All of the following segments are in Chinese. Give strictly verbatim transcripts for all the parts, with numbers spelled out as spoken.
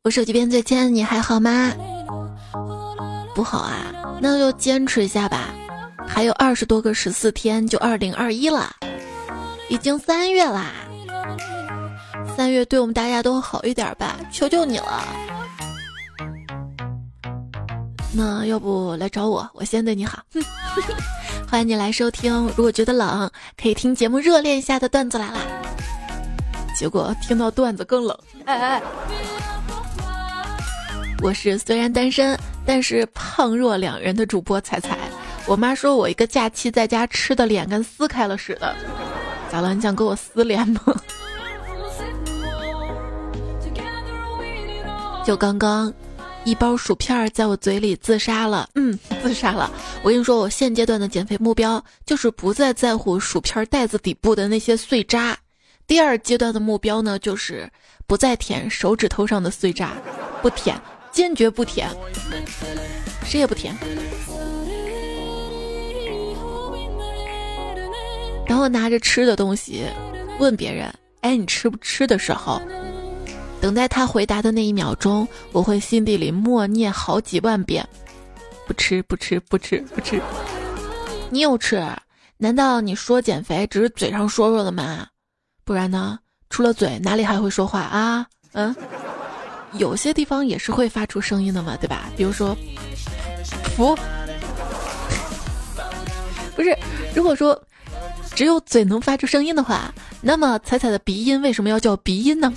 我手机边最亲，你还好吗？不好啊，那就坚持一下吧。还有二十多个十四天就二零二一了，已经三月啦。三月对我们大家都好一点吧，求求你了。那要不来找我，我先对你好。欢迎你来收听，如果觉得冷，可以听节目热恋一下的段子来啦。结果听到段子更冷。哎哎，我是虽然单身，但是胖若两人的主播彩彩。我妈说我一个假期在家吃的脸跟撕开了似的。咋了？你想跟我撕脸吗？就刚刚一包薯片在我嘴里自杀了，嗯，自杀了。我跟你说，我现阶段的减肥目标就是不再在乎薯片袋子底部的那些碎渣。第二阶段的目标呢，就是不再舔手指头上的碎渣，不舔，坚决不舔，谁也不舔。当我拿着吃的东西问别人，哎，你吃不吃的时候，等待他回答的那一秒钟，我会心底里默念好几万遍，不吃不吃不吃不吃。你有吃？难道你说减肥只是嘴上说说的吗？不然呢？除了嘴哪里还会说话啊？嗯，有些地方也是会发出声音的嘛，对吧？比如说噗，不是，如果说只有嘴能发出声音的话，那么彩彩的鼻音为什么要叫鼻音呢？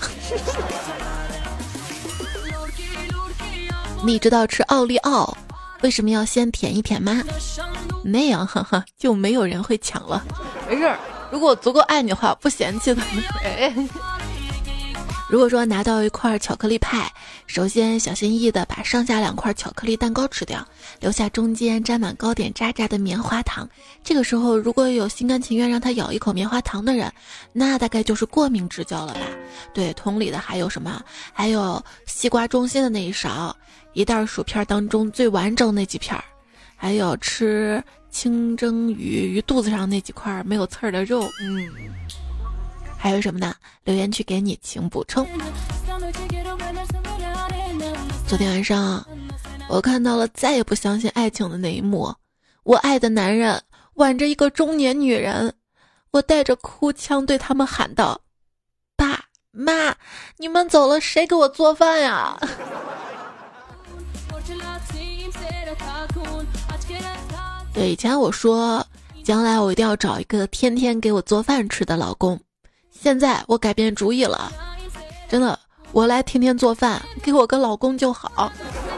你知道吃奥利奥为什么要先舔一舔吗？那样哈哈就没有人会抢了。没事儿，如果我足够爱你的话，不嫌弃的。哎，如果说拿到一块巧克力派，首先小心翼翼的把上下两块巧克力蛋糕吃掉，留下中间沾满糕点渣渣的棉花糖。这个时候如果有心甘情愿让他咬一口棉花糖的人，那大概就是过敏之交了吧。对，同理的还有什么？还有西瓜中心的那一勺，一袋薯片当中最完整那几片，还有吃清蒸鱼鱼肚子上那几块没有刺儿的肉。嗯，还有什么呢？留言区给你请补充。昨天晚上我看到了再也不相信爱情的那一幕，我爱的男人挽着一个中年女人，我带着哭腔对他们喊道：爸妈，你们走了谁给我做饭呀？对，以前我说将来我一定要找一个天天给我做饭吃的老公，现在我改变主意了，真的，我来天天做饭，给我个老公就好。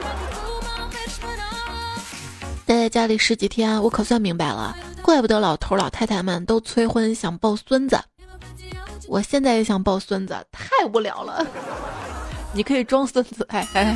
待在家里十几天，我可算明白了，怪不得老头老太太们都催婚想抱孙子。我现在也想抱孙子，太无聊了。你可以装孙子，哎哎。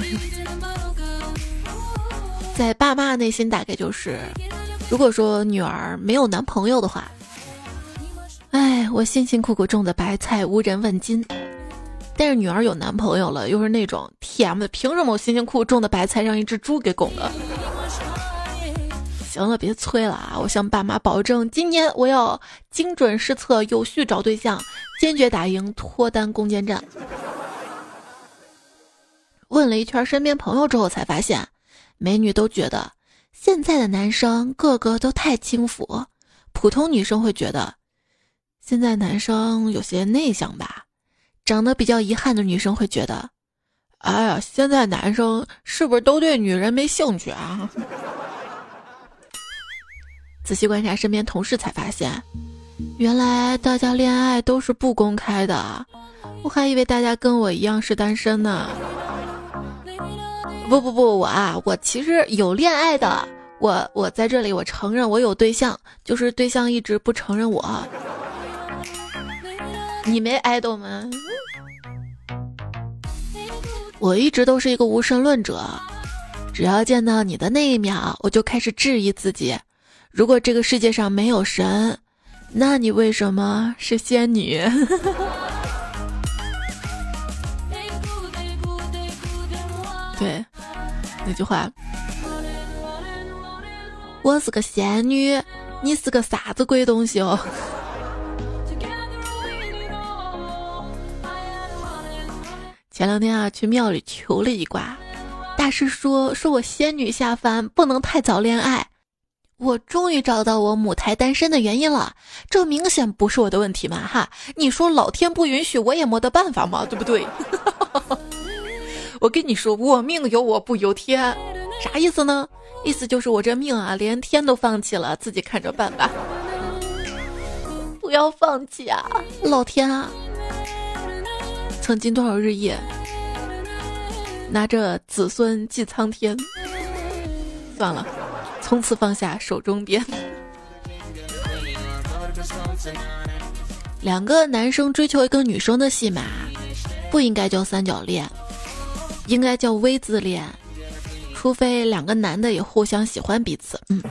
在爸妈内心大概就是，如果说女儿没有男朋友的话，哎，我辛辛苦苦种的白菜无人问津。但是女儿有男朋友了，又是那种 T M 的，凭什么我辛辛苦苦种的白菜让一只猪给拱了？行了，别催了啊！我向爸妈保证，今年我要精准施策，有序找对象，坚决打赢脱单攻坚战。问了一圈身边朋友之后，才发现美女都觉得现在的男生个个都太轻浮，普通女生会觉得现在男生有些内向吧，长得比较遗憾的女生会觉得，哎呀，现在男生是不是都对女人没兴趣啊？仔细观察身边同事才发现，原来大家恋爱都是不公开的，我还以为大家跟我一样是单身呢。不不不，我啊，我其实有恋爱的，我我在这里我承认我有对象，就是对象一直不承认我。你没爱豆吗？我一直都是一个无神论者，只要见到你的那一秒，我就开始质疑自己，如果这个世界上没有神，那你为什么是仙女？对，那句话，我是个仙女，你是个啥子鬼东西哦？前前两天啊，去庙里求了一卦，大师说说我仙女下凡，不能太早恋爱。我终于找到我母胎单身的原因了，这明显不是我的问题嘛哈！你说老天不允许，我也没得办法嘛，对不对？我跟你说，我命由我不由天，啥意思呢？意思就是我这命啊，连天都放弃了，自己看着办吧。不要放弃啊，老天啊！曾经多少日夜，拿着子孙祭苍天，算了。从此放下手中鞭。两个男生追求一个女生的戏码，不应该叫三角恋，应该叫 V 字恋，除非两个男的也互相喜欢彼此。嗯，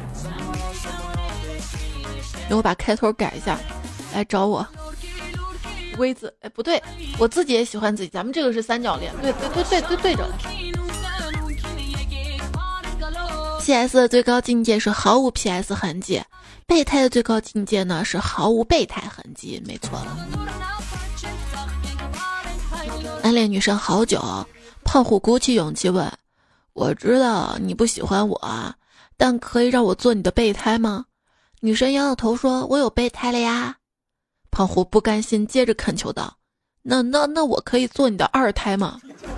我把开头改一下，来找我 V 字。哎，不对，我自己也喜欢自己，咱们这个是三角恋，对对对对对对着。P S 的最高境界是毫无 P S 痕迹，备胎的最高境界呢是毫无备胎痕迹，没错了。暗恋女生好久，胖虎鼓起勇气问：我知道你不喜欢我，但可以让我做你的备胎吗？女生摇摇头说：我有备胎了呀。胖虎不甘心，接着恳求道：那那那我可以做你的二胎吗？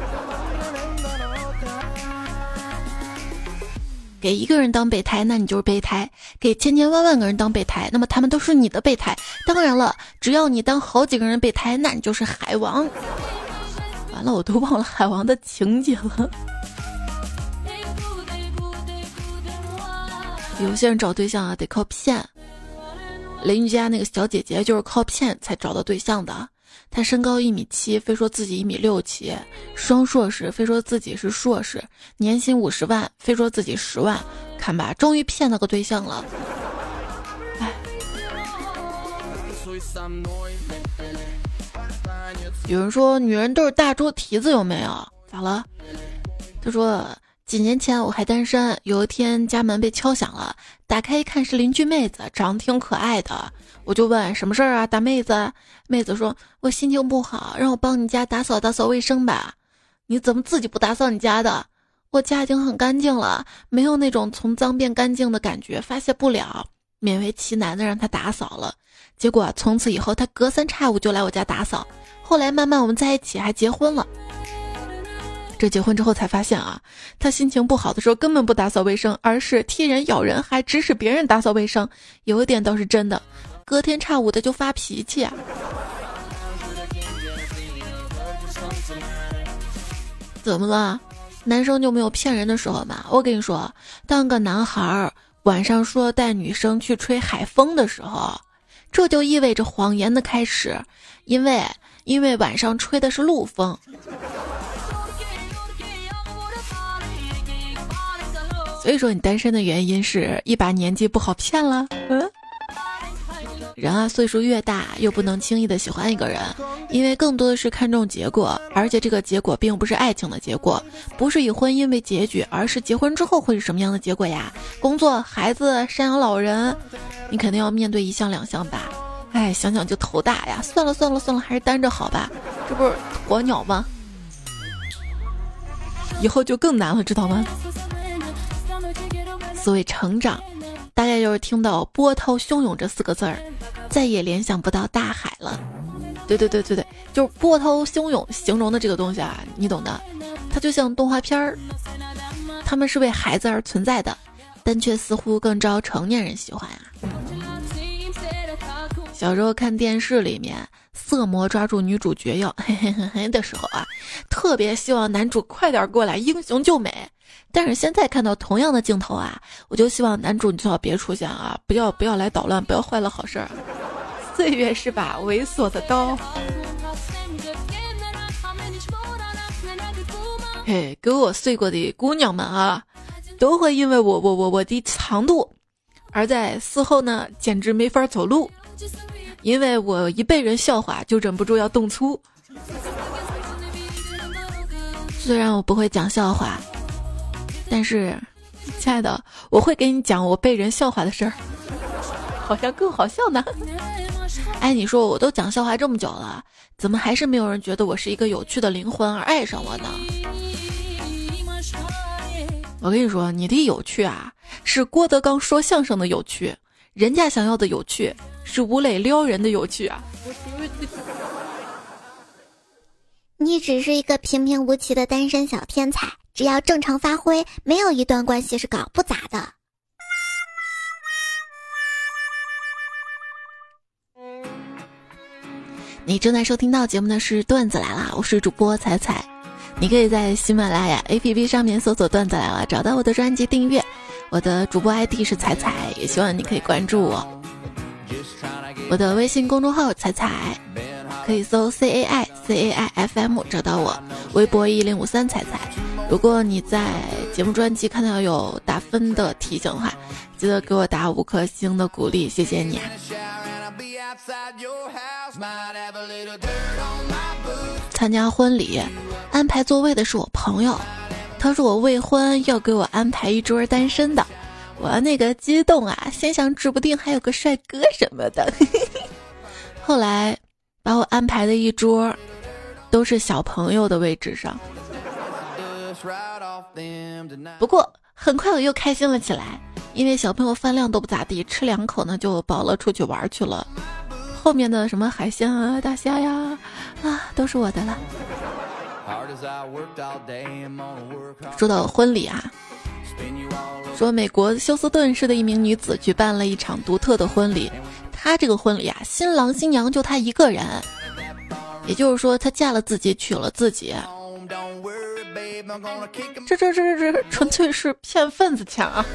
给一个人当备胎，那你就是备胎；给千千万万个人当备胎，那么他们都是你的备胎。当然了，只要你当好几个人备胎，那你就是海王。完了，我都忘了海王的情节了。有些人找对象啊，得靠骗。邻居家那个小姐姐就是靠骗才找到对象的。她身高一米七，非说自己一米六七，双硕士，非说自己是硕士，年薪五十万，非说自己十万。看吧，终于骗了个对象了。哎，有人说女人都是大猪蹄子，有没有？咋了？他说几年前我还单身，有一天家门被敲响了，打开一看是邻居妹子，长得挺可爱的。我就问什么事儿啊，大妹子？妹子说我心情不好，让我帮你家打扫打扫卫生吧。你怎么自己不打扫你家的？我家已经很干净了，没有那种从脏变干净的感觉，发泄不了，勉为其难的让他打扫了。结果从此以后他隔三差五就来我家打扫，后来慢慢我们在一起还结婚了。这结婚之后才发现啊，他心情不好的时候根本不打扫卫生，而是踢人咬人，还指使别人打扫卫生。有一点倒是真的，隔天差五的就发脾气啊。怎么了？男生就没有骗人的时候吗？我跟你说，当个男孩晚上说带女生去吹海风的时候，这就意味着谎言的开始，因为因为晚上吹的是陆风。所以说你单身的原因是一把年纪不好骗了。嗯，人啊，岁数越大又不能轻易的喜欢一个人，因为更多的是看重结果，而且这个结果并不是爱情的结果，不是以婚姻为结局，而是结婚之后会是什么样的结果呀？工作、孩子、赡养老人，你肯定要面对一项两项吧？哎，想想就头大呀！算了算了算了，还是单着好吧？这不是鸵鸟吗？以后就更难了，知道吗？所谓成长，大概就是听到波涛汹涌这四个字儿，再也联想不到大海了。对对对对对，就是波涛汹涌形容的这个东西啊，你懂的。它就像动画片儿，他们是为孩子而存在的，但却似乎更招成年人喜欢啊。小时候看电视里面，色魔抓住女主角要嘿嘿嘿嘿的时候啊，特别希望男主快点过来英雄救美。但是现在看到同样的镜头啊，我就希望男主你最好别出现啊，不要不要来捣乱，不要坏了好事儿。岁月是把猥琐的刀。嘿，给我睡过的姑娘们啊，都会因为我我我我的长度，而在嗣后呢，简直没法走路，因为我一被人笑话就忍不住要动粗。虽然我不会讲笑话，但是亲爱的，我会给你讲我被人笑话的事儿。 好像更好笑呢。哎，你说我都讲笑话这么久了，怎么还是没有人觉得我是一个有趣的灵魂而爱上我呢？我跟你说，你的有趣啊，是郭德纲说相声的有趣，人家想要的有趣是吴磊撩人的有趣啊。 你只是一个平平无奇的单身小天才，只要正常发挥，没有一段关系是搞不砸的。 你正在收听到节目的是段子来啦，我是主播彩彩。你可以在喜马拉雅 A P P 上面搜索段子来了，找到我的专辑订阅，我的主播 I D 是彩彩，也希望你可以关注我。我的微信公众号彩彩，可以搜 C A I C A I F M 找到我，微博一零五三彩彩。如果你在节目专辑看到有打分的提醒的话，记得给我打五颗星的鼓励，谢谢你啊。参加婚礼安排座位的是我朋友，他说我未婚，要给我安排一桌单身的。我那个激动啊，心想指不定还有个帅哥什么的。后来把我安排的一桌都是小朋友的位置上，不过很快我又开心了起来，因为小朋友饭量都不咋地，吃两口呢就饱了，出去玩去了。后面的什么海鲜啊、大虾呀，啊，都是我的了。说到婚礼啊，说美国休斯顿市的一名女子举办了一场独特的婚礼，她这个婚礼啊，新郎新娘就她一个人，也就是说她嫁了自己，娶了自己。这这这这纯粹是骗份子钱啊！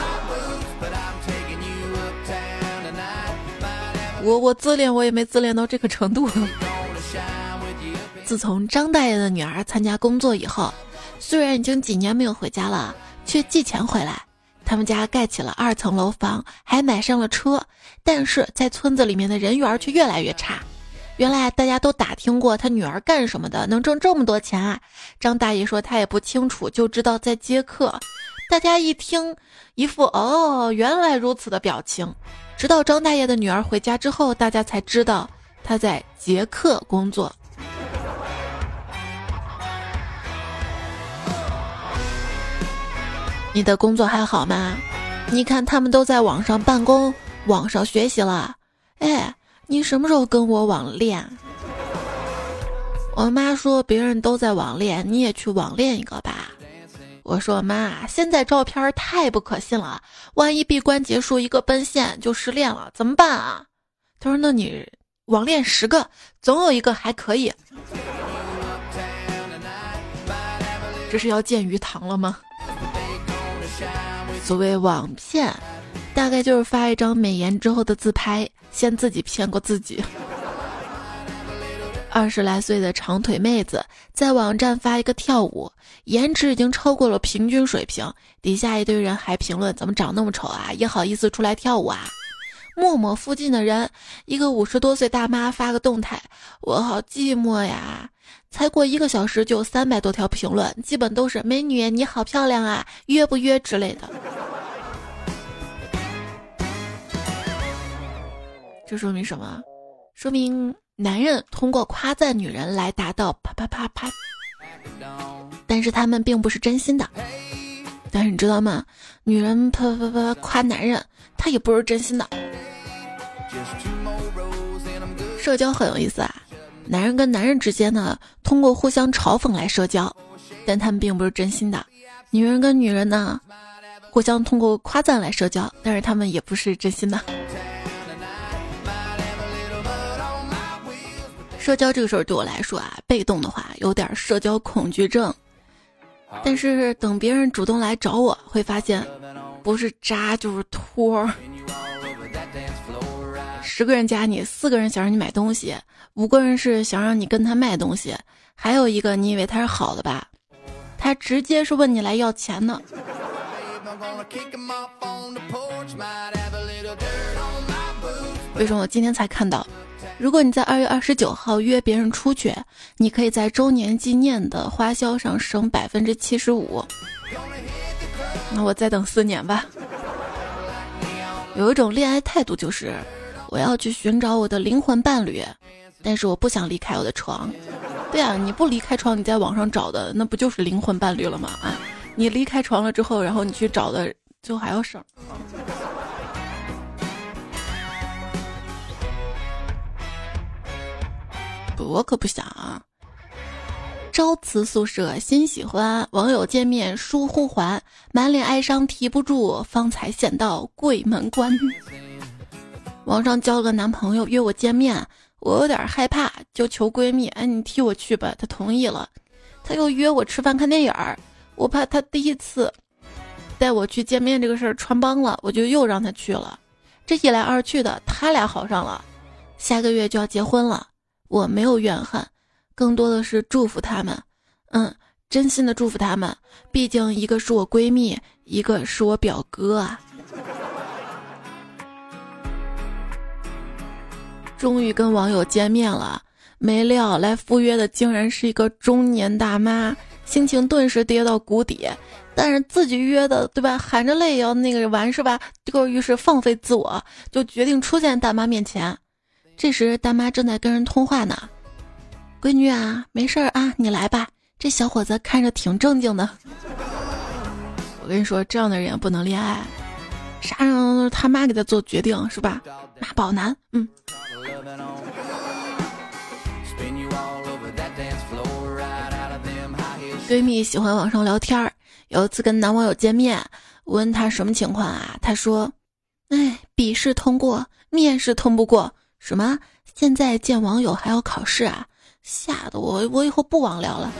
我我自恋我也没自恋到这个程度。自从张大爷的女儿参加工作以后，虽然已经几年没有回家了，却寄钱回来。他们家盖起了二层楼房，还买上了车，但是在村子里面的人缘却越来越差。原来大家都打听过他女儿干什么的，能挣这么多钱啊？张大爷说他也不清楚，就知道在接客。大家一听，一副哦原来如此的表情。直到张大爷的女儿回家之后，大家才知道他在捷克工作。你的工作还好吗？你看他们都在网上办公，网上学习了。哎，你什么时候跟我网恋？我妈说别人都在网恋，你也去网恋一个吧。我说妈，现在照片太不可信了，万一闭关结束一个奔现就失恋了怎么办啊？她说那你网恋十个总有一个还可以。这是要见鱼塘了吗？所谓网骗，大概就是发一张美颜之后的自拍，先自己骗过自己。二十来岁的长腿妹子在网站发一个跳舞，颜值已经超过了平均水平，底下一堆人还评论怎么长那么丑啊，也好意思出来跳舞啊。陌陌附近的人，一个五十多岁大妈发个动态，我好寂寞呀。才过一个小时就有三百多条评论，基本都是美女你好漂亮啊，约不约之类的。这说明什么？说明男人通过夸赞女人来达到啪啪啪啪，但是他们并不是真心的。但是你知道吗？女人啪啪啪夸男人，她也不是真心的。社交很有意思啊，男人跟男人之间呢，通过互相嘲讽来社交，但他们并不是真心的。女人跟女人呢，互相通过夸赞来社交，但是他们也不是真心的。社交这个事儿对我来说啊，被动的话有点社交恐惧症，但是等别人主动来找我，会发现不是渣就是托。十个人加你，四个人想让你买东西，五个人是想让你跟他卖东西，还有一个你以为他是好的吧，他直接是问你来要钱呢。为什么我今天才看到，如果你在二月二十九号约别人出去，你可以在周年纪念的花销上省百分之七十五。那我再等四年吧。 有一种恋爱态度就是，我要去寻找我的灵魂伴侣，但是我不想离开我的床。对啊，你不离开床，你在网上找的那不就是灵魂伴侣了吗？啊，你离开床了之后，然后你去找的就还要省。不，我可不想啊。朝辞宿舍新喜欢，网友见面疏忽还，满脸哀伤提不住，方才见到柜门关。网上交了个男朋友约我见面，我有点害怕，就求闺蜜，哎，你替我去吧。她同意了。他又约我吃饭看电影儿，我怕他第一次带我去见面这个事儿穿帮了，我就又让他去了。这一来二去的，他俩好上了，下个月就要结婚了。我没有怨恨，更多的是祝福他们，嗯，真心的祝福他们。毕竟一个是我闺蜜，一个是我表哥啊。终于跟网友见面了，没料来赴约的竟然是一个中年大妈，心情顿时跌到谷底。但是自己约的，对吧？含着泪也要那个玩是吧？这个于是放飞自我，就决定出现大妈面前。这时大妈正在跟人通话呢。闺女啊，没事儿啊，你来吧。这小伙子看着挺正经的。我跟你说，这样的人也不能恋爱，啥让他妈给他做决定是吧？妈宝男，嗯。闺蜜喜欢网上聊天儿，有一次跟男网友见面，我问他什么情况啊？他说：“哎，笔试通过，面试通不过。什么？现在见网友还要考试啊？吓得我，我以后不网聊了。”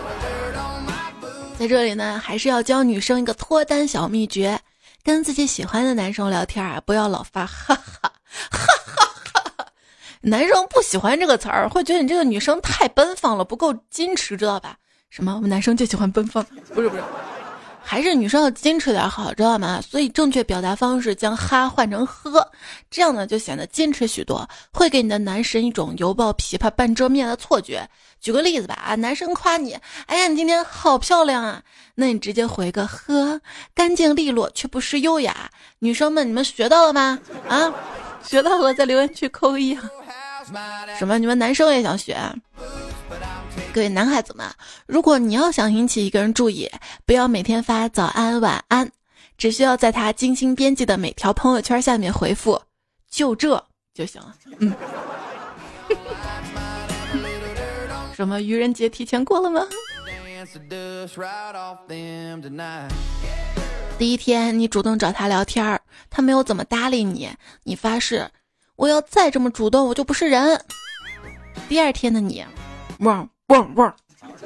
在这里呢，还是要教女生一个脱单小秘诀：跟自己喜欢的男生聊天啊，不要老发哈哈哈哈哈。男生不喜欢这个词儿，会觉得你这个女生太奔放了，不够矜持，知道吧？什么？我们男生就喜欢奔放？不是不是，还是女生要矜持点好，知道吗？所以正确表达方式将哈换成呵，这样呢就显得矜持许多，会给你的男神一种犹抱琵琶半遮面的错觉。举个例子吧，啊，男生夸你，哎呀，你今天好漂亮啊，那你直接回个呵，干净利落却不失优雅。女生们，你们学到了吗？啊，学到了，在留言区扣一啊。什么？你们男生也想学？各位男孩子们，如果你要想引起一个人注意，不要每天发早安晚安，只需要在他精心编辑的每条朋友圈下面回复就这就行了。嗯。什么愚人节提前过了吗？第一天你主动找他聊天，他没有怎么搭理你，你发誓我要再这么主动我就不是人。第二天的你汪汪汪，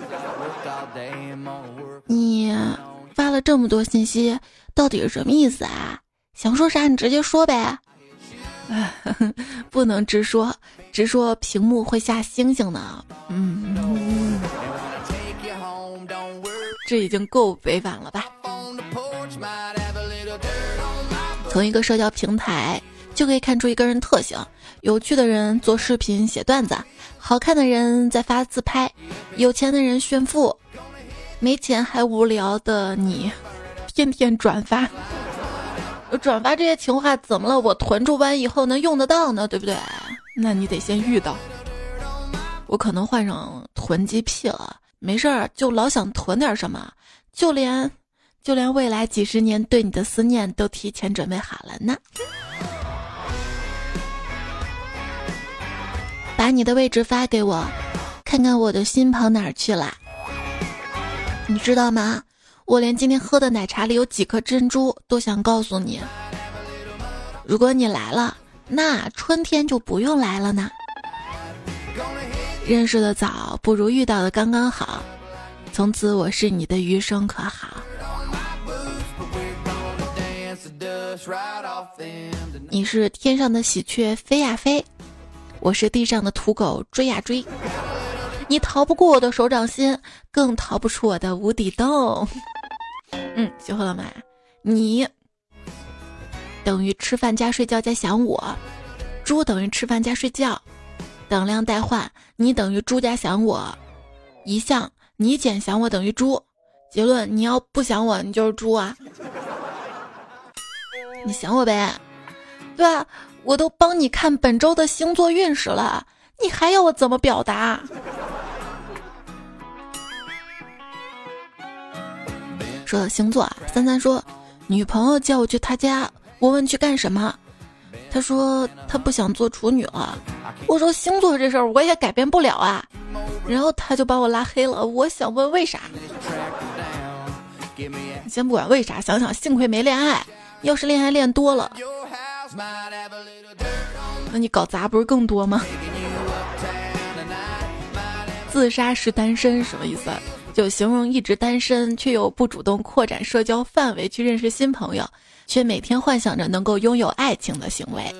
你发了这么多信息到底是什么意思啊？想说啥你直接说呗。不能直说，直说屏幕会下星星呢。嗯，这已经够委婉了吧。从一个社交平台就可以看出一个人特性，有趣的人做视频写段子，好看的人在发自拍，有钱的人炫富，没钱还无聊的你天天转发。转发这些情话怎么了？我囤住完以后能用得到呢，对不对？那你得先遇到。我可能患上囤积癖了，没事儿就老想囤点什么，就连就连未来几十年对你的思念都提前准备好了呢。把你的位置发给我，看看我的心跑哪儿去了。你知道吗？我连今天喝的奶茶里有几颗珍珠都想告诉你。如果你来了，那春天就不用来了呢。认识的早，不如遇到的刚刚好。从此我是你的余生可好？你是天上的喜鹊飞呀飞，我是地上的土狗追呀追。你逃不过我的手掌心，更逃不出我的无底洞。嗯，学会了吗？你等于吃饭加睡觉加想我，猪等于吃饭加睡觉，等量代换，你等于猪加想我，一项你减想我等于猪，结论你要不想我你就是猪啊。你想我呗， 对啊，我都帮你看本周的星座运势了，你还要我怎么表达？说到星座啊，三三说女朋友叫我去他家，我问去干什么，他说他不想做处女了。我说星座这事儿我也改变不了啊，然后他就把我拉黑了。我想问为啥？先不管为啥，想想幸亏没恋爱，要是恋爱练多了，那你搞砸不是更多吗？自杀式单身什么意思？就形容一直单身却又不主动扩展社交范围去认识新朋友，却每天幻想着能够拥有爱情的行为。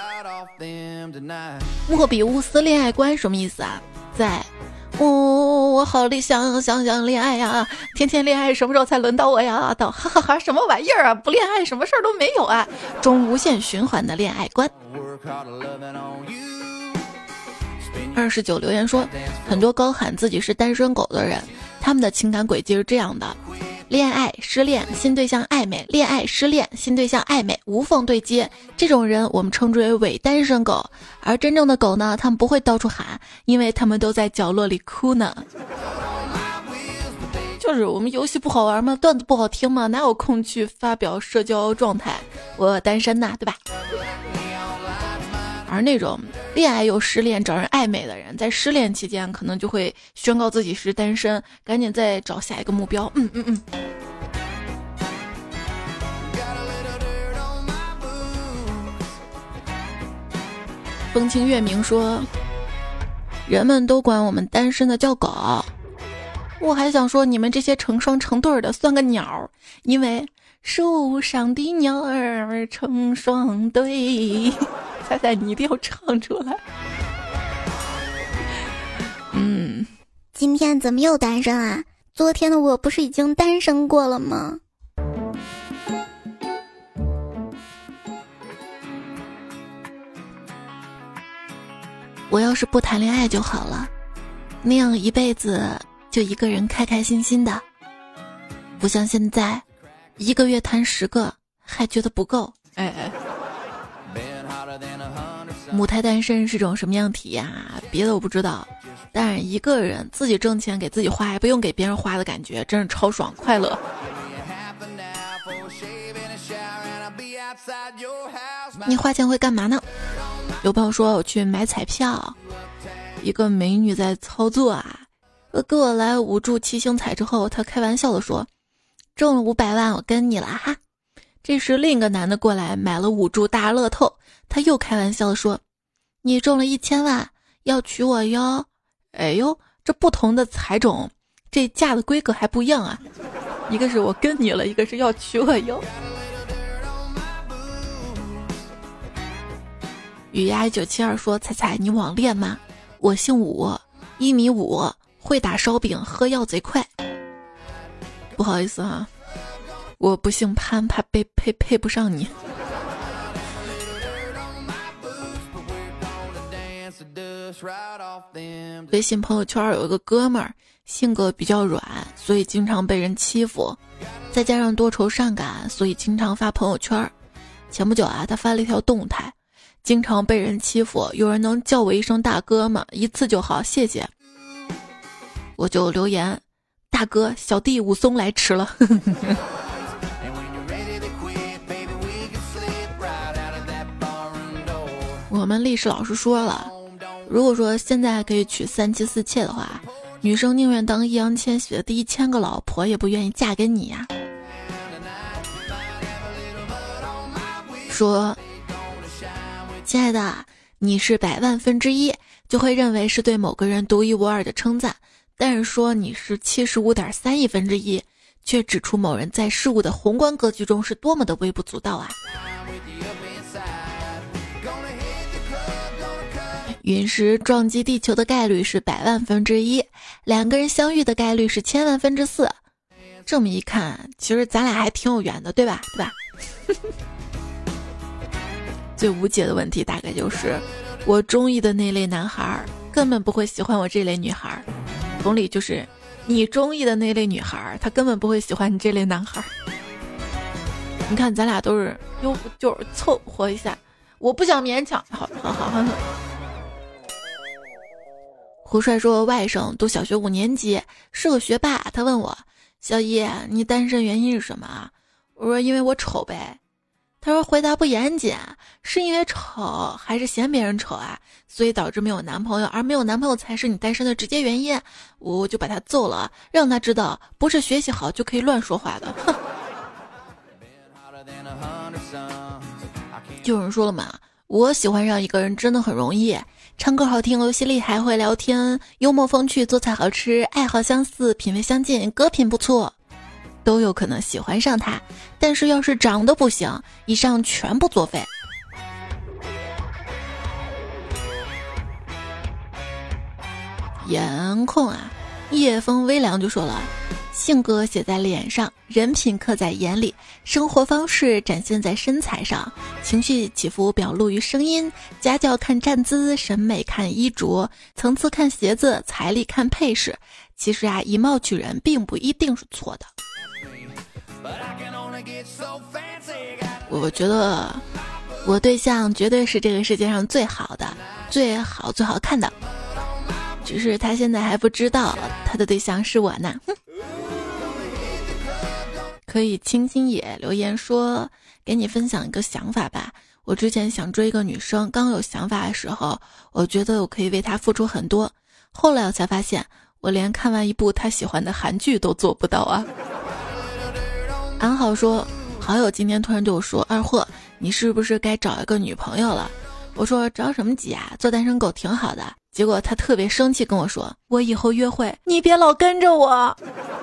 莫比乌斯恋爱观什么意思啊？在哦，我好理想想想恋爱呀，天天恋爱什么时候才轮到我呀？到哈哈哈什么玩意儿啊？不恋爱什么事儿都没有啊！中无限循环的恋爱观。二十九留言说，很多高喊自己是单身狗的人，他们的情感轨迹是这样的：恋爱、失恋、新对象暧昧，恋爱、失恋、新对象暧昧，无缝对接。这种人我们称之为伪单身狗。而真正的狗呢，他们不会到处喊，因为他们都在角落里哭呢。就是我们游戏不好玩吗？段子不好听吗？哪有空去发表社交状态？我单身呐，对吧？而那种恋爱又失恋找人暧昧的人，在失恋期间可能就会宣告自己是单身，赶紧再找下一个目标。嗯嗯嗯。风清月明说，人们都管我们单身的叫狗，我还想说你们这些成双成对的算个鸟，因为树上的鸟儿成双对。猜猜你一定要唱出来。嗯， 今天怎么又单身啊？昨天的我不是已经单身过了吗？ 我要是不谈恋爱就好了，那样一辈子就一个人开开心心的，不像现在一个月谈十个还觉得不够。哎哎，母胎单身是种什么样体验啊？别的我不知道，但是一个人自己挣钱给自己花，还不用给别人花的感觉，真是超爽快乐。你花钱会干嘛呢？有朋友说我去买彩票，一个美女在操作啊，给我来五注七星彩之后，她开玩笑的说，中了五百万我跟你了哈。这时另一个男的过来买了五注大乐透，他又开玩笑的说，你中了一千万要娶我哟。哎呦，这不同的彩种，这价的规格还不一样啊，一个是我跟你了，一个是要娶我哟。雨丫一九七二说，彩彩你网恋吗？我姓武，一米五，会打烧饼，喝药贼快。不好意思啊，我不姓潘，怕被配配不上你。微信朋友圈有一个哥们儿，性格比较软，所以经常被人欺负，再加上多愁善感，所以经常发朋友圈。前不久啊，他发了一条动态，经常被人欺负，有人能叫我一声大哥吗？一次就好，谢谢。我就留言，大哥，小弟武松来迟了。我们历史老师说了，如果说现在可以娶三妻四妾的话，女生宁愿当易烊千玺的第一千个老婆，也不愿意嫁给你呀。说，亲爱的，你是百万分之一，就会认为是对某个人独一无二的称赞，但是说你是七十五点三亿分之一，却指出某人在事物的宏观格局中是多么的微不足道啊。陨石撞击地球的概率是百万分之一，两个人相遇的概率是千万分之四。这么一看，其实咱俩还挺有缘的，对吧？对吧？最无解的问题大概就是，我中意的那类男孩根本不会喜欢我这类女孩，同理就是你中意的那类女孩，她根本不会喜欢你这类男孩。你看咱俩都是又就是凑合一下， 我不想勉强。好好好好。胡帅说外甥读小学五年级，是个学霸。他问我，小姨，你单身原因是什么啊？我说因为我丑呗。他说回答不严谨，是因为丑还是嫌别人丑啊？所以导致没有男朋友，而没有男朋友才是你单身的直接原因。我就把他揍了，让他知道不是学习好就可以乱说话的。哼。就有人说了嘛，我喜欢上一个人真的很容易，唱歌好听，游戏厉害，会聊天，幽默风趣，做菜好吃，爱好相似，品味相近，歌品不错，都有可能喜欢上他。但是要是长得不行，以上全部作废。颜控啊，夜风微凉就说了，性格写在脸上，人品刻在眼里，生活方式展现在身材上，情绪起伏表露于声音，家教看站姿，审美看衣着，层次看鞋子，财力看配饰。其实啊，以貌取人并不一定是错的。我觉得我对象绝对是这个世界上最好的，最好最好看的，只是他现在还不知道他的对象是我呢。哼。可以青青也留言说，给你分享一个想法吧。我之前想追一个女生，刚有想法的时候，我觉得我可以为她付出很多，后来我才发现，我连看完一部她喜欢的韩剧都做不到啊。安好说，好友今天突然对我说，二货，你是不是该找一个女朋友了？我说着什么急啊，做单身狗挺好的。结果他特别生气跟我说，我以后约会你别老跟着我。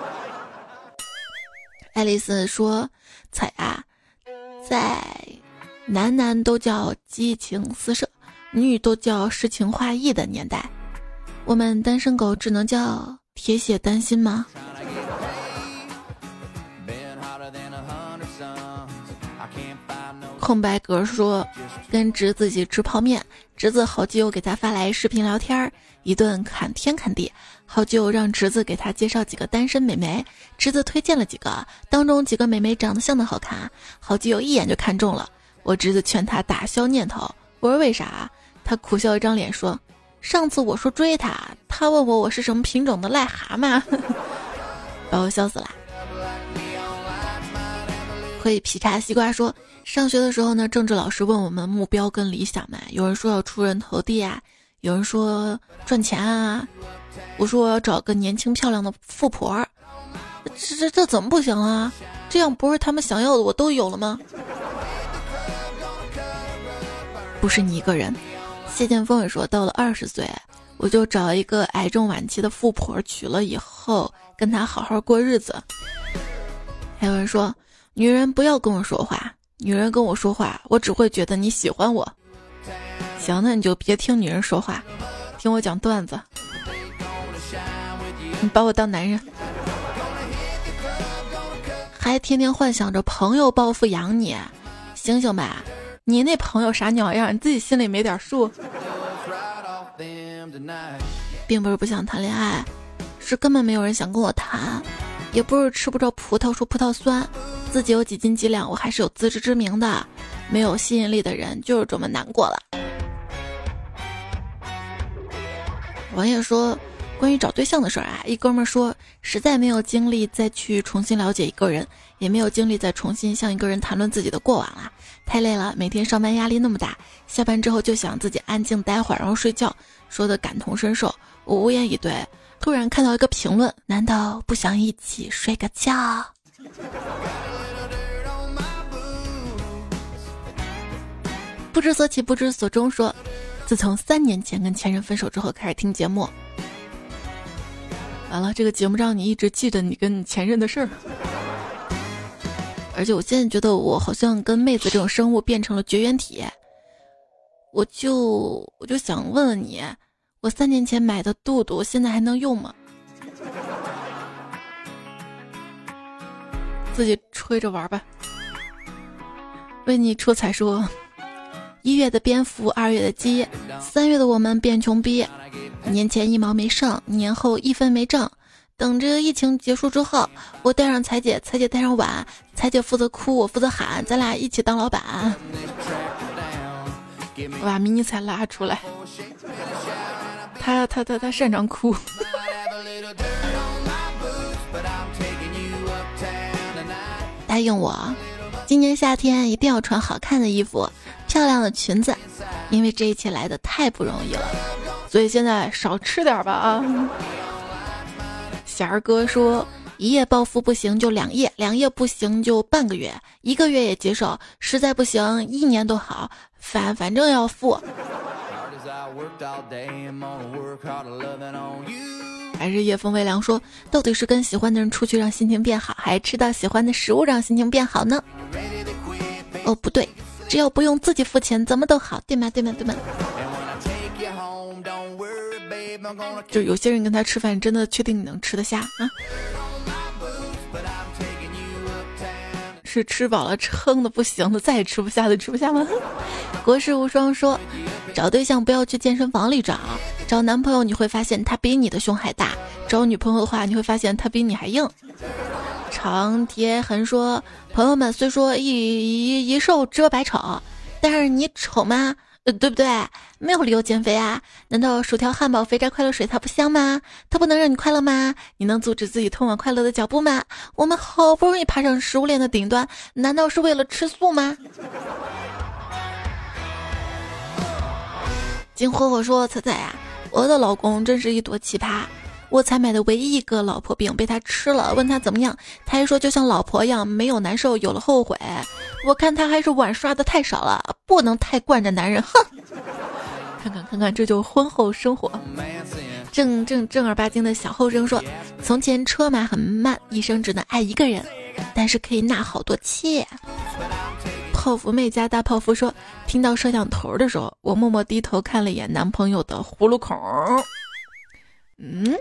爱丽丝说，彩啊，在男男都叫激情四射，女女都叫诗情画意的年代，我们单身狗只能叫铁血丹心吗？空白格说，跟侄子一起吃泡面，侄子好基友给他发来视频聊天，一顿侃天侃地，好基友让侄子给他介绍几个单身美眉，侄子推荐了几个，当中几个美眉长得相当好看，好基友一眼就看中了。我侄子劝他打消念头，我说为啥？他苦笑一张脸说，上次我说追他，他问我我是什么品种的癞蛤蟆，把我笑死了。会劈叉西瓜说，上学的时候呢，政治老师问我们目标跟理想嘛，有人说要出人头地啊，有人说赚钱啊，我说我要找个年轻漂亮的富婆，这这这怎么不行啊？这样不是他们想要的我都有了吗？不是你一个人。谢剑锋也说，到了二十岁，我就找一个癌症晚期的富婆娶了以后，跟她好好过日子。还有人说，女人不要跟我说话，女人跟我说话，我只会觉得你喜欢我。行，那你就别听女人说话，听我讲段子。你把我当男人，还天天幻想着朋友报复养你，醒醒吧！你那朋友啥鸟样，你自己心里没点数。并不是不想谈恋爱，是根本没有人想跟我谈，也不是吃不着葡萄说葡萄酸，自己有几斤几两我还是有自知之明的，没有吸引力的人就是这么难过了。王爷说，关于找对象的事儿啊，一哥们儿说，实在没有精力再去重新了解一个人，也没有精力再重新向一个人谈论自己的过往了，太累了，每天上班压力那么大，下班之后就想自己安静待会儿然后睡觉，说的感同身受，我无言以对。突然看到一个评论，难道不想一起睡个觉？不知所起不知所终说，自从三年前跟前任分手之后开始听节目，完了这个节目让你一直记得你跟你前任的事儿，而且我现在觉得我好像跟妹子这种生物变成了绝缘体，我就我就想问问你，我三年前买的肚肚现在还能用吗？自己吹着玩吧。为你出彩说，一月的蝙蝠，二月的鸡，三月的我们变穷逼，年前一毛没剩，年后一分没挣，等着疫情结束之后，我带上彩姐，彩姐带上碗，彩姐负责哭，我负责喊，咱俩一起当老板。 我把迷你彩拉出来，他他他他擅长哭。答应我，今年夏天一定要穿好看的衣服，漂亮的裙子，因为这一切来的太不容易了，所以现在少吃点吧啊。贤儿哥说，一夜暴富不行就两夜，两夜不行就半个月，一个月也接受，实在不行一年都好，反反正要富。还是夜风微凉说，到底是跟喜欢的人出去让心情变好，还是吃到喜欢的食物让心情变好呢？哦，不对，只要不用自己付钱，怎么都好，对吗？对吗？对吗？就有些人跟他吃饭，真的确定你能吃得下啊？是吃饱了撑的不行的，再也吃不下的吃不下吗？国士无双说，找对象不要去健身房里找，找男朋友你会发现他比你的胸还大，找女朋友的话你会发现他比你还硬。长铁痕说，朋友们虽说一一一瘦遮百丑，但是你丑吗？呃，对不对？没有理由减肥啊！难道薯条、汉堡、肥宅、快乐水它不香吗？它不能让你快乐吗？你能阻止自己通往快乐的脚步吗？我们好不容易爬上食物链的顶端，难道是为了吃素吗？金火火说，彩彩啊，我的老公真是一朵奇葩，我才买的唯一一个老婆饼被他吃了，问他怎么样，他还说就像老婆一样，没有难受，有了后悔。我看他还是碗刷的太少了，不能太惯着男人，哼！看看看看，这就是婚后生活。正正正儿八经的小后生说，从前车马很慢，一生只能爱一个人，但是可以纳好多妾。泡芙妹家大泡芙说，听到摄像头的时候，我默默低头看了一眼男朋友的葫芦孔。嗯。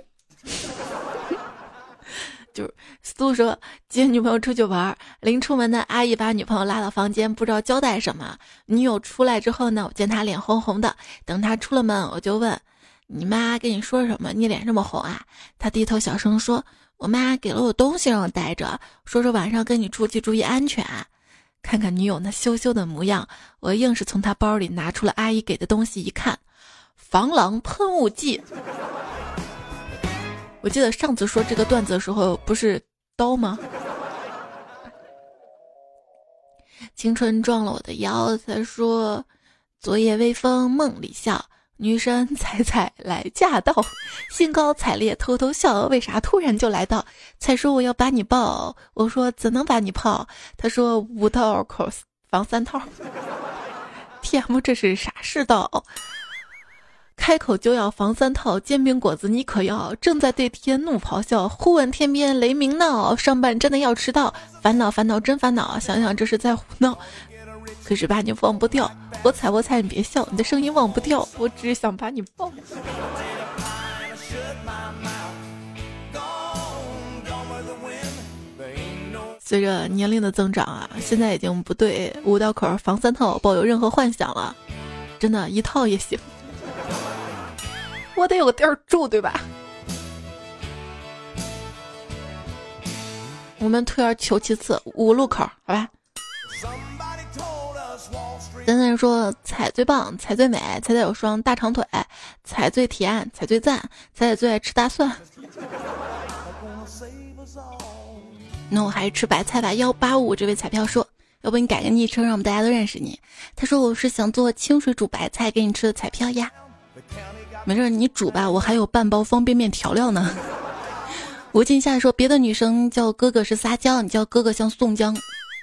就是苏说，接女朋友出去玩，临出门的阿姨把女朋友拉到房间，不知道交代什么。女友出来之后呢，我见她脸红红的，等她出了门，我就问，你妈跟你说什么？你脸这么红啊？她低头小声说，我妈给了我东西让我带着，说是晚上跟你出去注意安全。看看女友那羞羞的模样，我硬是从她包里拿出了阿姨给的东西，一看，防狼喷雾剂。我记得上次说这个段子的时候，不是刀吗？青春撞了我的腰，才说昨夜微风梦里笑，女神彩彩来驾到，兴高采烈偷偷笑，为啥突然就来到？才说我要把你抱，我说怎能把你泡？他说五道口防三套。T M 这是啥世道？开口就要防三套，煎饼果子你可要？正在对天怒咆哮，忽闻天边雷鸣闹，上班真的要迟到，烦恼烦恼真烦恼，想想这是在胡闹，可是把你忘不掉，我猜我猜你别笑，你的声音忘不掉，我只是想把你抱。随着年龄的增长啊，现在已经不对五道口防三套抱有任何幻想了，真的一套也行。我得有个地儿住，对吧？我们退而求其次，五路口，好吧？丹丹说：彩最棒，彩最美，彩彩有双大长腿，彩最甜，彩最赞，彩彩最爱吃大蒜。那我还是吃白菜吧。幺八五这位彩票说：要不你改个昵称，让我们大家都认识你。他说我是想做清水煮白菜给你吃的彩票呀。没事，你煮吧，我还有半包方便面调料呢。吴静夏说，别的女生叫哥哥是撒娇，你叫哥哥像宋江。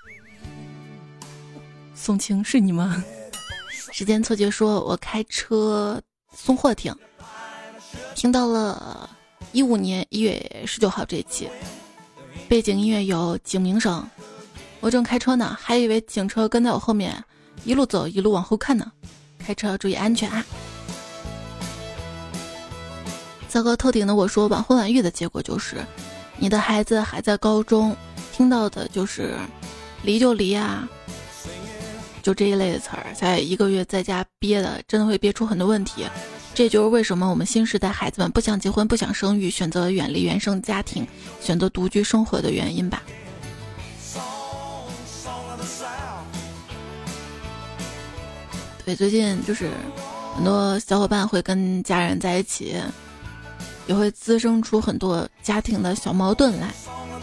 宋青是你吗？时间错觉说，我开车送货听，听到了一五年一月十九号这一期，背景音乐有警鸣声，我正开车呢，还以为警车跟在我后面，一路走一路往后看呢。开车要注意安全啊！糟糕透顶的我说，晚婚晚育的结果就是你的孩子还在高中，听到的就是离就离啊，就这一类的词儿，在一个月在家憋的真的会憋出很多问题。这就是为什么我们新时代孩子们不想结婚不想生育，选择远离原生家庭，选择独居生活的原因吧。 对，最近就是很多小伙伴会跟家人在一起，也会滋生出很多家庭的小矛盾来。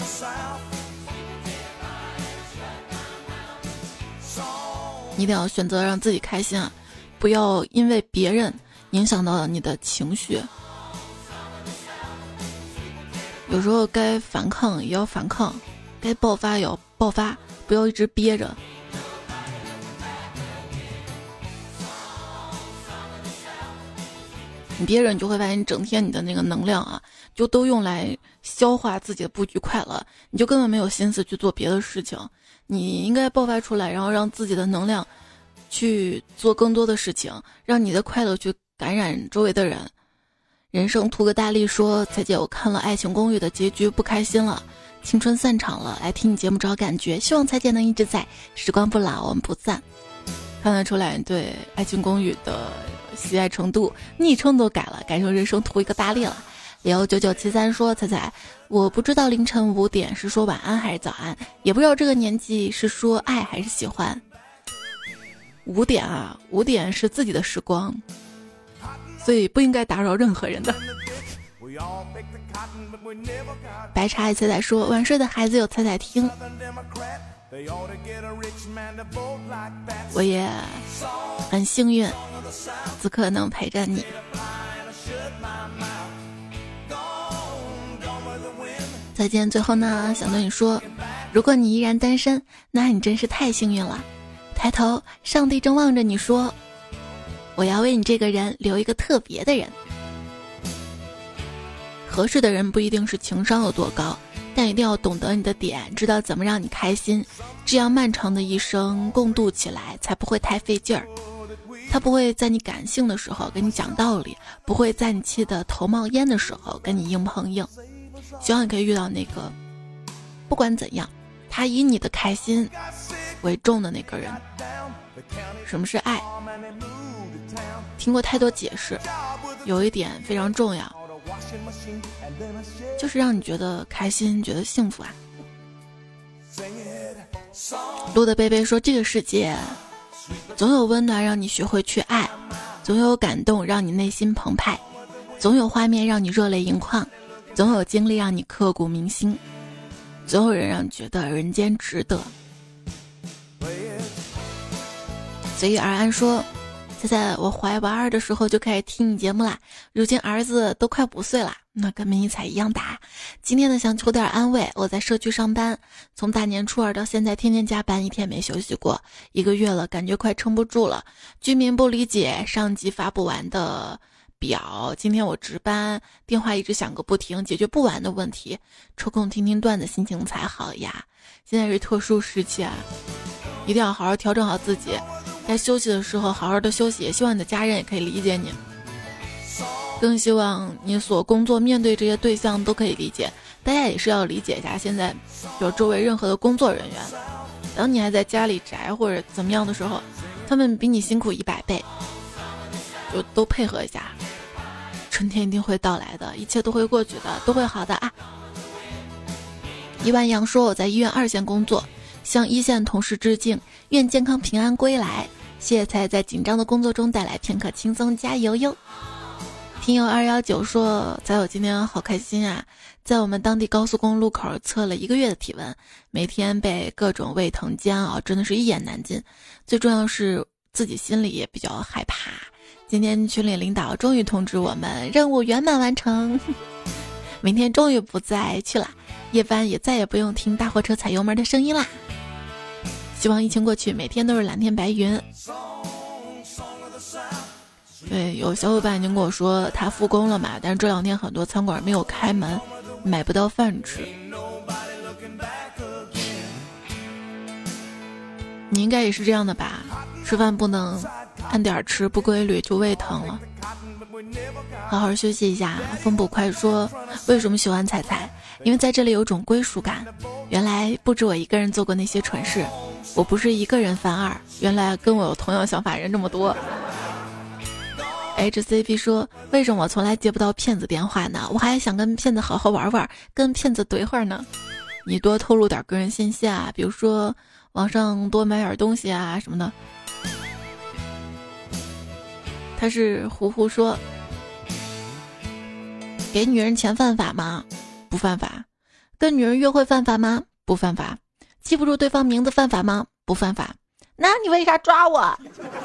你一定要选择让自己开心啊，不要因为别人影响到你的情绪。有时候该反抗也要反抗，该爆发也要爆发，不要一直憋着。你憋着，你就会发现，你整天你的那个能量啊，就都用来消化自己的不愉快了，你就根本没有心思去做别的事情。你应该爆发出来，然后让自己的能量去做更多的事情，让你的快乐去感染周围的人。人生图个大力说，彩姐，我看了《爱情公寓》的结局，不开心了，青春散场了，来听你节目找感觉，希望彩姐能一直在，时光不老，我们不散。看得出来你对《爱情公寓》的喜爱程度，昵称都改了，改成人生图一个大力了。幺九九七三说，彩彩，我不知道凌晨五点是说晚安还是早安，也不知道这个年纪是说爱还是喜欢。五点啊，五点是自己的时光，所以不应该打扰任何人的。白茶爱彩彩说，晚睡的孩子有彩彩听。我也很幸运，此刻能陪着你。再见，最后呢，想对你说，如果你依然单身，那你真是太幸运了。抬头，上帝正望着你说，我要为你这个人留一个特别的人。合适的人不一定是情商有多高，但一定要懂得你的点，知道怎么让你开心，这样漫长的一生共度起来才不会太费劲儿。他不会在你感性的时候跟你讲道理，不会在你气得头冒烟的时候跟你硬碰硬。希望你可以遇到那个不管怎样他以你的开心为重的那个人。什么是爱？听过太多解释，有一点非常重要，就是让你觉得开心，觉得幸福啊。路的贝贝说，这个世界总有温暖让你学会去爱，总有感动让你内心澎湃，总有画面让你热泪盈眶，总有经历让你刻骨铭心，总有人让你觉得人间值得。随遇而安说，现在我怀娃儿的时候就开始听你节目啦，如今儿子都快五岁了，那跟迷彩一样大。今天呢，想求点安慰，我在社区上班，从大年初二到现在天天加班，一天没休息过，一个月了，感觉快撑不住了。居民不理解上级发不完的表，今天我值班，电话一直响个不停，解决不完的问题，抽空听听段子心情才好呀。现在是特殊时期啊，一定要好好调整好自己，该休息的时候好好的休息，也希望你的家人也可以理解你，更希望你所工作面对这些对象都可以理解。大家也是要理解一下现在有周围任何的工作人员，当你还在家里宅或者怎么样的时候，他们比你辛苦一百倍，就都配合一下，春天一定会到来的，一切都会过去的，都会好的啊。一万阳说，我在医院二线工作，向一线同事致敬，愿健康平安归来，谢谢才在紧张的工作中带来片刻轻松，加油哟。听友二一九说，在我今天好开心啊，在我们当地高速公路口测了一个月的体温，每天被各种胃疼煎熬，真的是一言难尽，最重要是自己心里也比较害怕。今天群里领导终于通知我们任务圆满完成，明天终于不再去了，夜班也再也不用听大货车踩油门的声音啦。希望疫情过去，每天都是蓝天白云。对，有小伙伴已经跟我说他复工了嘛，但是这两天很多餐馆没有开门，买不到饭吃。你应该也是这样的吧，吃饭不能按点吃，不规律就胃疼了，好好休息一下。风捕快说，为什么喜欢彩彩？因为在这里有种归属感，原来不止我一个人做过那些蠢事，我不是一个人犯二，原来跟我有同样想法人这么多。H C P 说，为什么我从来接不到骗子电话呢？我还想跟骗子好好玩玩，跟骗子怼会儿呢。你多透露点个人信息啊，比如说网上多买点东西啊什么的。 他是胡胡说，给女人钱犯法吗？不犯法。跟女人约会犯法吗？不犯法。记不住对方名字犯法吗？不犯法。那你为啥抓我？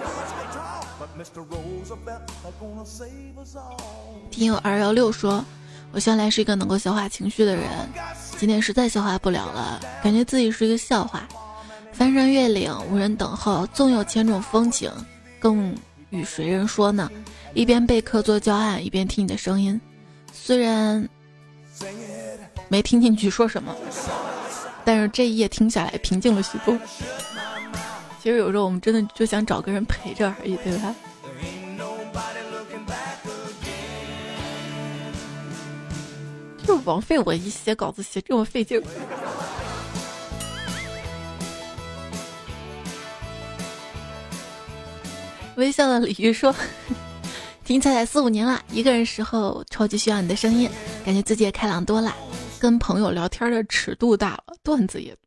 听友二幺六说，我向来是一个能够消化情绪的人，今天实在消化不了了，感觉自己是一个笑话。翻山越岭无人等候，纵有千种风情，更与谁人说呢？一边备课做教案，一边听你的声音，虽然没听进去说什么，但是这一夜听下来平静了许多。其实有时候我们真的就想找个人陪着而已，对吧？就是枉费我一写稿子写这么费劲儿。微笑的鲤鱼说，听彩彩四五年了，一个人时候超级需要你的声音，感觉自己也开朗多了，跟朋友聊天的尺度大了，段子也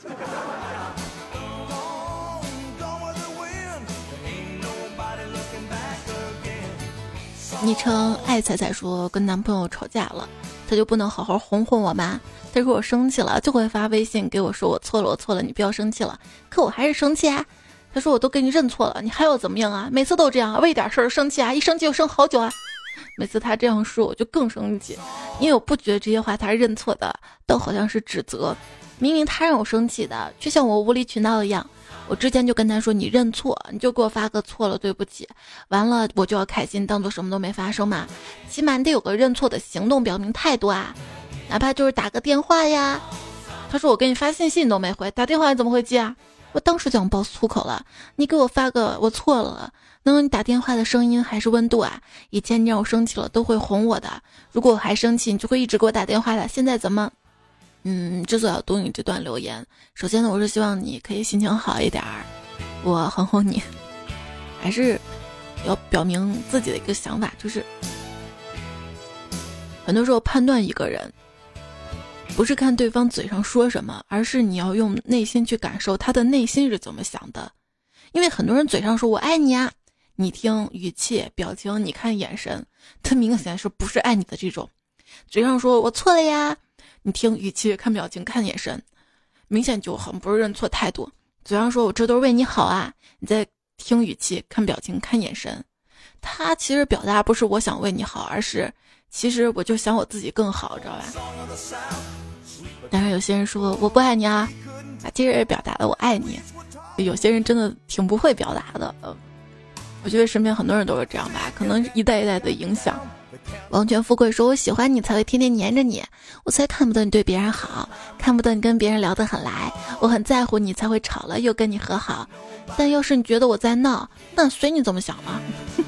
昵称爱彩彩说，跟男朋友吵架了，他就不能好好哄哄我吗？他说我生气了就会发微信给我说我错了我错了，你不要生气了，可我还是生气啊。他说我都给你认错了，你还要怎么样啊？每次都这样，为点事儿生气啊，一生气就生好久啊。每次他这样说我就更生气，因为我不觉得这些话他是认错的，都好像是指责。明明他让我生气的，却像我无理取闹一样。我之前就跟他说，你认错，你就给我发个错了对不起，完了我就要开心，当做什么都没发生嘛。起码你得有个认错的行动表明态度啊，哪怕就是打个电话呀。他说我给你发信息你都没回，打电话你怎么会接啊？我当时就想爆粗口了，你给我发个我错了，能有你打电话的声音还是温度啊？以前你让我生气了都会哄我的，如果我还生气你就会一直给我打电话的，现在怎么？嗯，之所以要读你这段留言，首先呢，我是希望你可以心情好一点儿，我哄哄你，还是要表明自己的一个想法，就是很多时候判断一个人不是看对方嘴上说什么，而是你要用内心去感受他的内心是怎么想的。因为很多人嘴上说我爱你啊，你听语气表情你看眼神，他明显是不是爱你的这种。嘴上说我错了呀，你听语气看表情看眼神，明显就很不是认错态度。嘴上说我这都是为你好啊，你再听语气看表情看眼神，他其实表达不是我想为你好，而是其实我就想我自己更好，知道吧？但是有些人说我不爱你啊，其实也表达了我爱你。有些人真的挺不会表达的，呃，我觉得身边很多人都是这样吧，可能一代一代的影响。王权富贵说，我喜欢你才会天天黏着你，我才看不得你对别人好，看不得你跟别人聊得很来，我很在乎你才会吵了又跟你和好，但要是你觉得我在闹，那随你怎么想了。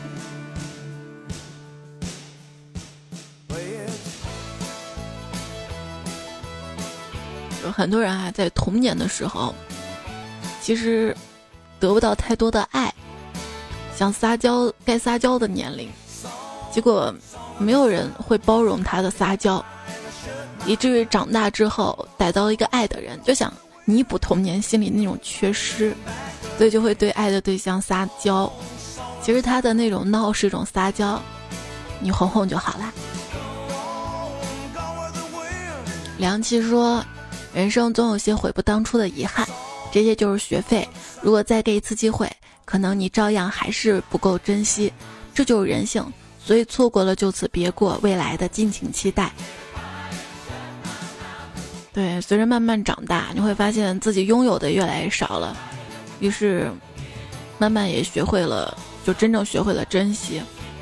有很多人啊，在童年的时候其实得不到太多的爱，想撒娇该撒娇的年龄，结果没有人会包容他的撒娇，以至于长大之后逮到一个爱的人，就想弥补童年心里那种缺失，所以就会对爱的对象撒娇。其实他的那种闹是一种撒娇，你哄哄就好啦。梁琪说，人生总有些悔不当初的遗憾，这些就是学费，如果再给一次机会，可能你照样还是不够珍惜，这就是人性，所以错过了就此别过，未来的敬请期待。对，随着慢慢长大，你会发现自己拥有的越来越少了，于是慢慢也学会了，就真正学会了珍惜。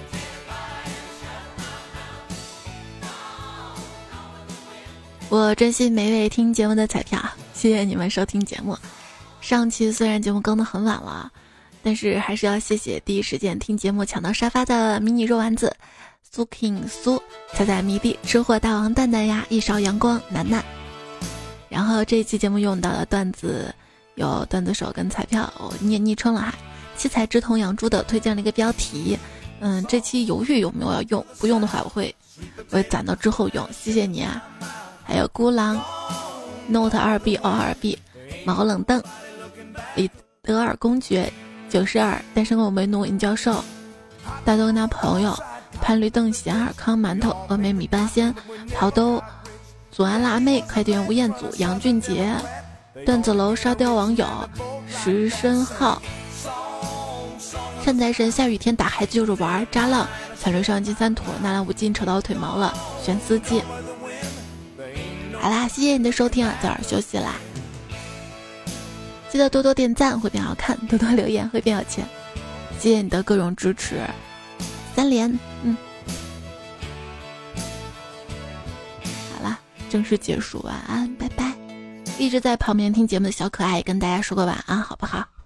我珍惜每位听节目的彩票，谢谢你们收听节目。上期虽然节目更得很晚了，但是还是要谢谢第一时间听节目抢到沙发的迷你肉丸子、苏 king 苏、彩彩迷弟、吃货大王蛋蛋呀、一勺阳光、楠楠。然后这一期节目用到的段子有段子手跟彩票，我念昵称了哈。七彩之瞳养猪的推荐了一个标题，嗯，这期犹豫有没有要用，不用的话我会我会攒到之后用，谢谢你啊。还有孤狼 Note 二 B 二二 B 毛冷瞪李德尔公爵九十二单身狗梅奴尹教授大豆跟他朋友潘驴邓喜尔康馒头峨眉米半仙桃豆祖安辣妹快递员吴彦祖杨俊杰段子楼沙雕网友石申浩善财神下雨天打孩子就是玩扎浪彩驴上金三坨纳兰无尽扯到腿毛了玄司机。好啦，谢谢你的收听啊，早点休息啦，记得多多点赞会变好看，多多留言会变有钱，谢谢你的各种支持，三连。嗯，好啦，正式结束，晚安，拜拜。一直在旁边听节目的小可爱跟大家说个晚安好不好？